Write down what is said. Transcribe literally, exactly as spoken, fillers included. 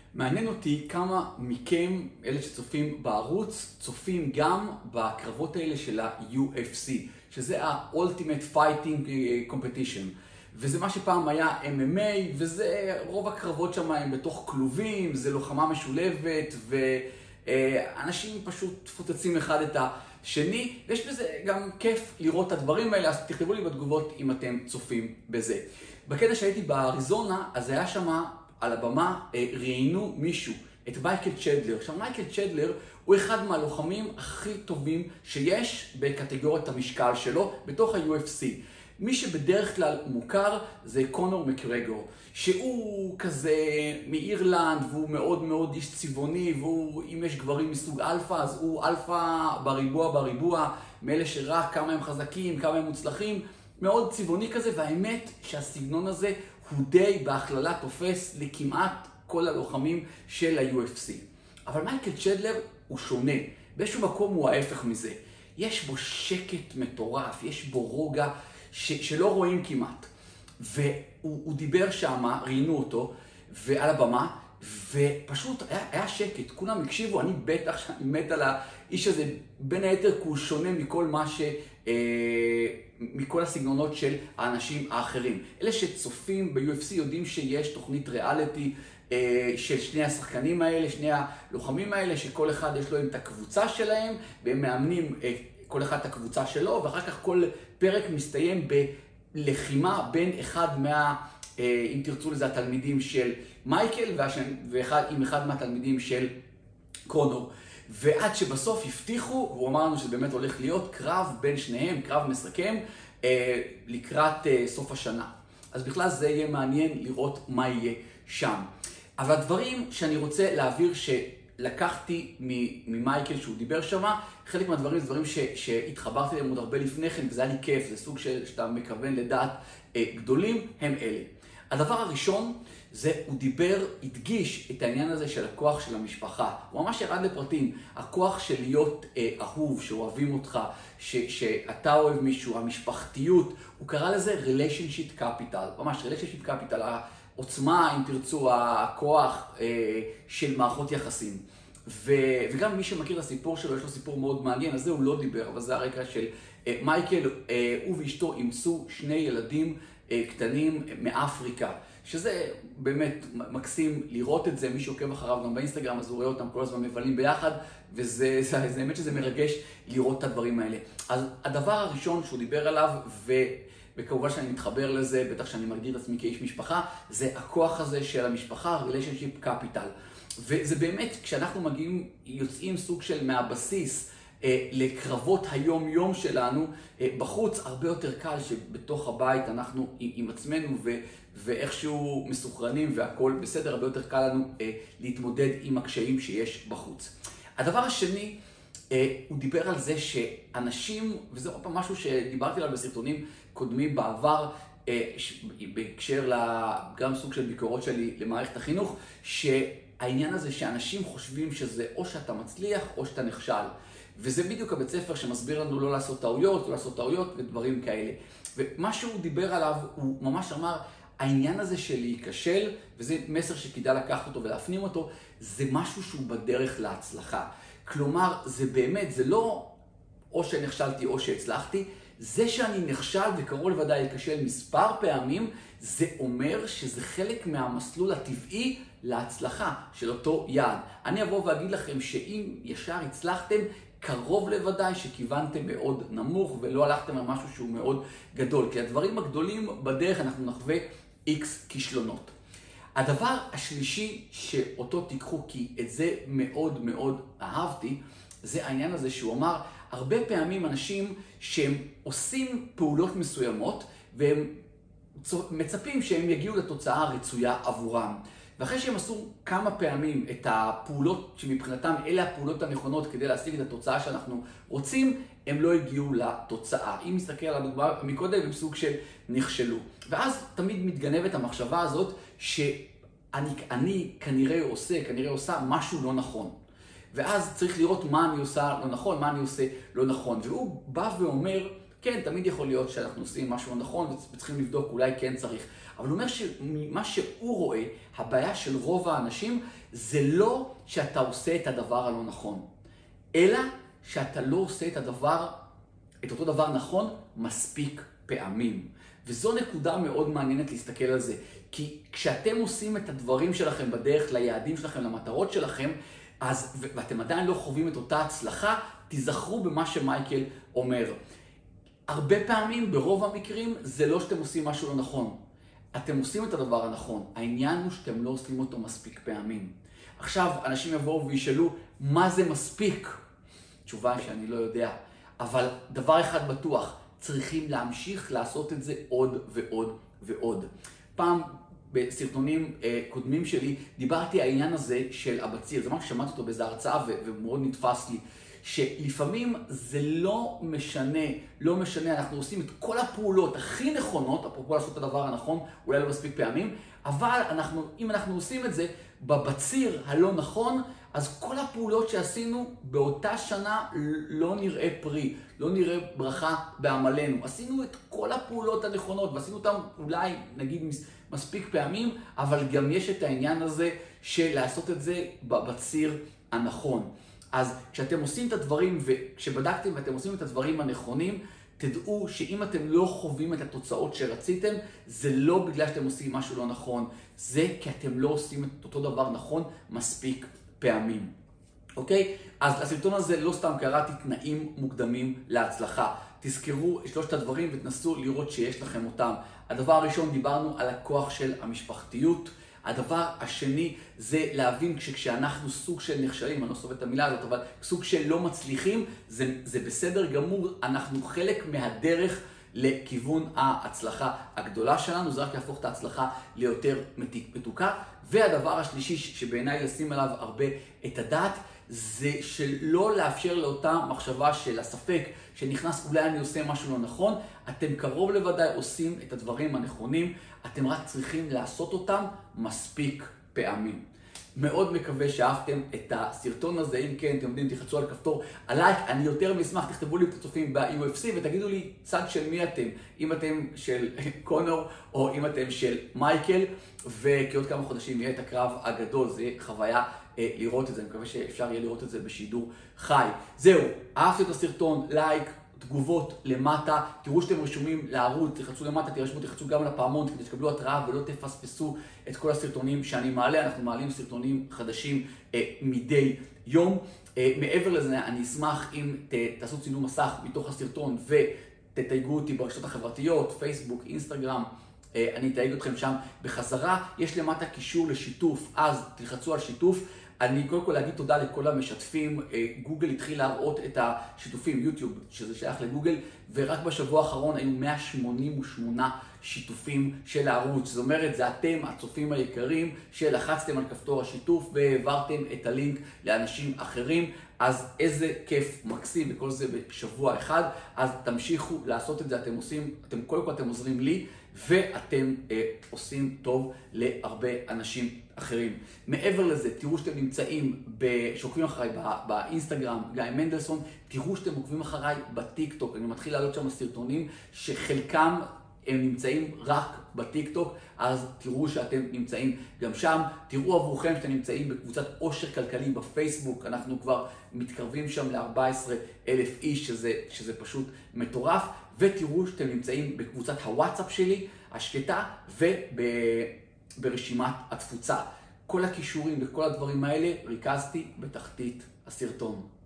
מעניין אותי כמה מכם, אלה שצופים בערוץ, צופים גם בקרבות האלה של ה-יו אף סי, שזה ה-Ultimate Fighting Competition. וזה מה שפעם היה אם אם איי, וזה רוב הקרבות שם הם בתוך כלובים, זה לוחמה משולבת, ואנשים פשוט פוצצים אחד את השני, ויש בזה גם כיף לראות את הדברים האלה, אז תכתבו לי בתגובות אם אתם צופים בזה. בקטע שהייתי באריזונה, אז היה שם על הבמה, ראיינו מישהו, את מייקל צ'דלר. עכשיו מייקל צ'דלר הוא אחד מהלוחמים הכי טובים שיש בקטגוריית המשקל שלו בתוך ה-יו אף סי. מי שבדרך כלל מוכר זה קונור מקרגור, שהוא כזה מאירלנד והוא מאוד מאוד איש צבעוני, והוא, אם יש גברים מסוג אלפא, אז הוא אלפא בריבוע בריבוע, מאלה שרק כמה הם חזקים, כמה הם מוצלחים, מאוד צבעוני כזה, והאמת שהסגנון הזה הוא די בהכללה תופס לכמעט כל הלוחמים של ה-יו אף סי. אבל מייקל צ'דלר הוא שונה, באיזשהו מקום הוא ההפך מזה. יש בו שקט מטורף, יש בו רוגע ש- שלא רואים כמעט. והוא דיבר שם, ראיינו אותו, ועל הבמה, ופשוט היה, היה שקט, כולם הקשיבו, אני בטח שאני מת על האיש הזה, בין היתר כי הוא שונה מכל מה ש... אה, מכל הסגנונות של האנשים האחרים. אלה שצופים ב-יו אף סי יודעים שיש תוכנית ריאליטי אה, של שני השחקנים האלה, שני הלוחמים האלה, שכל אחד יש לו את הקבוצה שלהם, והם מאמנים אה, כל אחד את הקבוצה שלו, ואחר כך כל פרק מסתיים בלחימה בין אחד מה, אה, אם תרצו לזה, התלמידים של מייקל, ואחד, עם אחד מהתלמידים של קונור. ועד שבסוף הבטיחו, והוא אמר לנו שזה באמת הולך להיות קרב בין שניהם, קרב מסכם, אה, לקראת אה, סוף השנה. אז בכלל זה יהיה מעניין לראות מה יהיה שם. אבל הדברים שאני רוצה להעביר שלקחתי ממייקל שהוא דיבר שם, חלק מהדברים זה דברים ש, שהתחברתי להם עוד הרבה לפני כן, וזה היה לי כיף, זה סוג של, שאתה מכוון לדעת אה, גדולים, הם אלה. הדבר הראשון, זה הוא דיבר, הדגיש את העניין הזה של הכוח של המשפחה. הוא ממש ירד לפרטים. הכוח של להיות אה, אהוב, שאוהבים אותך, ש, שאתה אוהב מישהו, המשפחתיות. הוא קרא לזה relationship capital. ממש relationship capital, העוצמה, אם תרצו, הכוח אה, של מערכות יחסים. ו, וגם מי שמכיר את הסיפור שלו, יש לו סיפור מאוד מעניין, אז זה הוא לא דיבר, אבל זה הרקע של אה, מייקל. אה, הוא ואשתו אימצו שני ילדים אה, קטנים מאפריקה. שזה באמת מקסים לראות את זה, מי שעוקב אחריו גם באינסטגרם, אז הוא רואה אותם כל הזמן מבלים ביחד, וזה זה, זה, באמת שזה מרגש לראות את הדברים האלה. אז הדבר הראשון שהוא דיבר עליו, ו, וכמובן שאני מתחבר לזה, בטח שאני מגדיר את עצמי כאיש משפחה, זה הכוח הזה של המשפחה, relationship capital. וזה באמת, כשאנחנו מגיעים, יוצאים סוג של מהבסיס, אה, לקרבות היום-יום שלנו, אה, בחוץ הרבה יותר קל שבתוך הבית אנחנו עם, עם עצמנו ו, ואיכשהו מסוכרנים והכל בסדר, הרבה יותר קל לנו אה, להתמודד עם הקשיים שיש בחוץ. הדבר השני, אה, הוא דיבר על זה שאנשים, וזה עוד פעם משהו שדיברתי עליו בסרטונים קודמים בעבר, אה, בהקשר גם סוג של ביקורות שלי למערכת החינוך, שהעניין הזה שאנשים חושבים שזה או שאתה מצליח או שאתה נכשל. וזה בדיוק הבית ספר שמסביר לנו לא לעשות טעויות, לא לעשות טעויות ודברים כאלה. ומה שהוא דיבר עליו, הוא ממש אמר, העניין הזה של להיכשל, וזה מסר שכדאי לקחת אותו ולהפנים אותו, זה משהו שהוא בדרך להצלחה. כלומר, זה באמת, זה לא או שנכשלתי או שהצלחתי, זה שאני נכשל וקרוב לוודאי להיכשל מספר פעמים, זה אומר שזה חלק מהמסלול הטבעי להצלחה של אותו יעד. אני אבוא ואגיד לכם שאם ישר הצלחתם, קרוב לוודאי שכיוונתם מאוד נמוך ולא הלכתם על משהו שהוא מאוד גדול. כי הדברים הגדולים בדרך אנחנו נחווה איקס כישלונות. הדבר השלישי שאותו תיקחו, כי את זה מאוד מאוד אהבתי, זה העניין הזה שהוא אמר, הרבה פעמים אנשים שהם עושים פעולות מסוימות והם מצפים שהם יגיעו לתוצאה הרצויה עבורם. ואחרי שהם עשו כמה פעמים את הפעולות שמבחינתם אלה הפעולות הנכונות כדי להשיג את התוצאה שאנחנו רוצים, הם לא הגיעו לתוצאה. אם נסתכל על הדוגמה מקודם, הם סוג של נכשלו. ואז תמיד מתגנבת המחשבה הזאת שאני אני כנראה עושה, כנראה עושה משהו לא נכון. ואז צריך לראות מה אני עושה לא נכון, מה אני עושה לא נכון. והוא בא ואומר, כן, תמיד יכול להיות שאנחנו עושים משהו נכון וצריכים לבדוק, אולי כן צריך. אבל הוא אומר שמה שהוא רואה, הבעיה של רוב האנשים, זה לא שאתה עושה את הדבר הלא נכון, אלא שאתה לא עושה את הדבר, את אותו דבר נכון מספיק פעמים. וזו נקודה מאוד מעניינת להסתכל על זה. כי כשאתם עושים את הדברים שלכם בדרך ליעדים שלכם, למטרות שלכם, אז, ואתם עדיין לא חווים את אותה הצלחה, תיזכרו במה שמייקל אומר. הרבה פעמים, ברוב המקרים, זה לא שאתם עושים משהו לא נכון. אתם עושים את הדבר הנכון. העניין הוא שאתם לא עושים אותו מספיק פעמים. עכשיו, אנשים יבואו וישאלו, מה זה מספיק? תשובה שאני לא יודע. אבל דבר אחד בטוח, צריכים להמשיך לעשות את זה עוד ועוד ועוד. פעם, בסרטונים אה, קודמים שלי, דיברתי על העניין הזה של הבציר. זה מה ששמעתי אותו באיזו הרצאה ומאוד נתפס לי. שלפעמים זה לא משנה, לא משנה, אנחנו עושים את כל הפעולות הכי נכונות, אפרופו לעשות את הדבר הנכון, אולי לא מספיק פעמים, אבל אנחנו, אם אנחנו עושים את זה בבציר הלא נכון, אז כל הפעולות שעשינו באותה שנה לא נראה פרי, לא נראה ברכה בעמלנו. עשינו את כל הפעולות הנכונות, ועשינו אותן אולי, נגיד, מספיק פעמים, אבל גם יש את העניין הזה של לעשות את זה בבציר הנכון. אז כשאתם עושים את הדברים, וכשבדקתם ואתם עושים את הדברים הנכונים, תדעו שאם אתם לא חווים את התוצאות שרציתם, זה לא בגלל שאתם עושים משהו לא נכון, זה כי אתם לא עושים את אותו דבר נכון מספיק פעמים. אוקיי? אז לסרטון הזה לא סתם קראתי תנאים מוקדמים להצלחה. תזכרו שלושת הדברים ותנסו לראות שיש לכם אותם. הדבר הראשון, דיברנו על הכוח של המשפחתיות. הדבר השני זה להבין שכשאנחנו סוג של נכשלים, אני לא סובל את המילה הזאת, אבל סוג של לא מצליחים, זה, זה בסדר גמור, אנחנו חלק מהדרך לכיוון ההצלחה הגדולה שלנו, זה רק יהפוך את ההצלחה ליותר מתוקה. והדבר השלישי שבעיניי לשים עליו הרבה את הדעת, זה שלא לאפשר לאותה מחשבה של הספק שנכנס, אולי אני עושה משהו לא נכון, אתם קרוב לוודאי עושים את הדברים הנכונים, אתם רק צריכים לעשות אותם מספיק פעמים. מאוד מקווה שאהבתם את הסרטון הזה, אם כן, אתם יודעים, תחצו על כפתור הלייק, אני יותר משמח, תכתבו לי את הצופים ב-יו אף סי ותגידו לי צד של מי אתם, אם אתם של קונור או אם אתם של מייקל, וכי עוד כמה חודשים יהיה את הקרב הגדול, זה יהיה חוויה אה, לראות את זה, אני מקווה שאפשר יהיה לראות את זה בשידור חי. זהו, אהבתם את הסרטון, לייק, תגובות למטה, תראו שאתם רשומים לערוץ, תחצו למטה, תרשמו, תחצו גם לפעמון, כדי שתקבלו התראה ולא תפספסו את כל הסרטונים שאני מעלה. אנחנו מעלים סרטונים חדשים אה, מדי יום. אה, מעבר לזה, אני אשמח אם ת, תעשו צילום מסך מתוך הסרטון ותתייגו אותי ברשתות החברתיות, פייסבוק, אינסטגרם, אה, אני אתייג אתכם שם בחזרה. יש למטה קישור לשיתוף, אז תלחצו על שיתוף. אני קודם כל להגיד תודה לכל המשתפים. גוגל התחיל להראות את השיתופים, יוטיוב, שזה שייך לגוגל, ורק בשבוע האחרון היו מאה שמונים ושמונה שיתופים של הערוץ. זאת אומרת, זה אתם, הצופים היקרים, שלחצתם על כפתור השיתוף והעברתם את הלינק לאנשים אחרים. אז איזה כיף, מקסים, וכל זה בשבוע אחד. אז תמשיכו לעשות את זה, אתם עושים, אתם קודם כל אתם עוזרים לי, ואתם אה, עושים טוב להרבה אנשים אחרים. מעבר לזה, תראו שאתם נמצאים, שעוקבים אחריי באינסטגרם, גיא מנדלסון, תראו שאתם עוקבים אחריי בטיק טוק. אני מתחיל לעלות שם סרטונים שחלקם הם נמצאים רק בטיק טוק, אז תראו שאתם נמצאים גם שם. תראו עבורכם שאתם נמצאים בקבוצת עושר כלכלי בפייסבוק, אנחנו כבר מתקרבים שם ל-ארבעה עשר אלף איש, שזה, שזה פשוט מטורף. ותראו שאתם נמצאים בקבוצת הוואטסאפ שלי, השקטה, וברשימת התפוצה. כל הכישורים וכל הדברים האלה ריכזתי בתחתית הסרטון.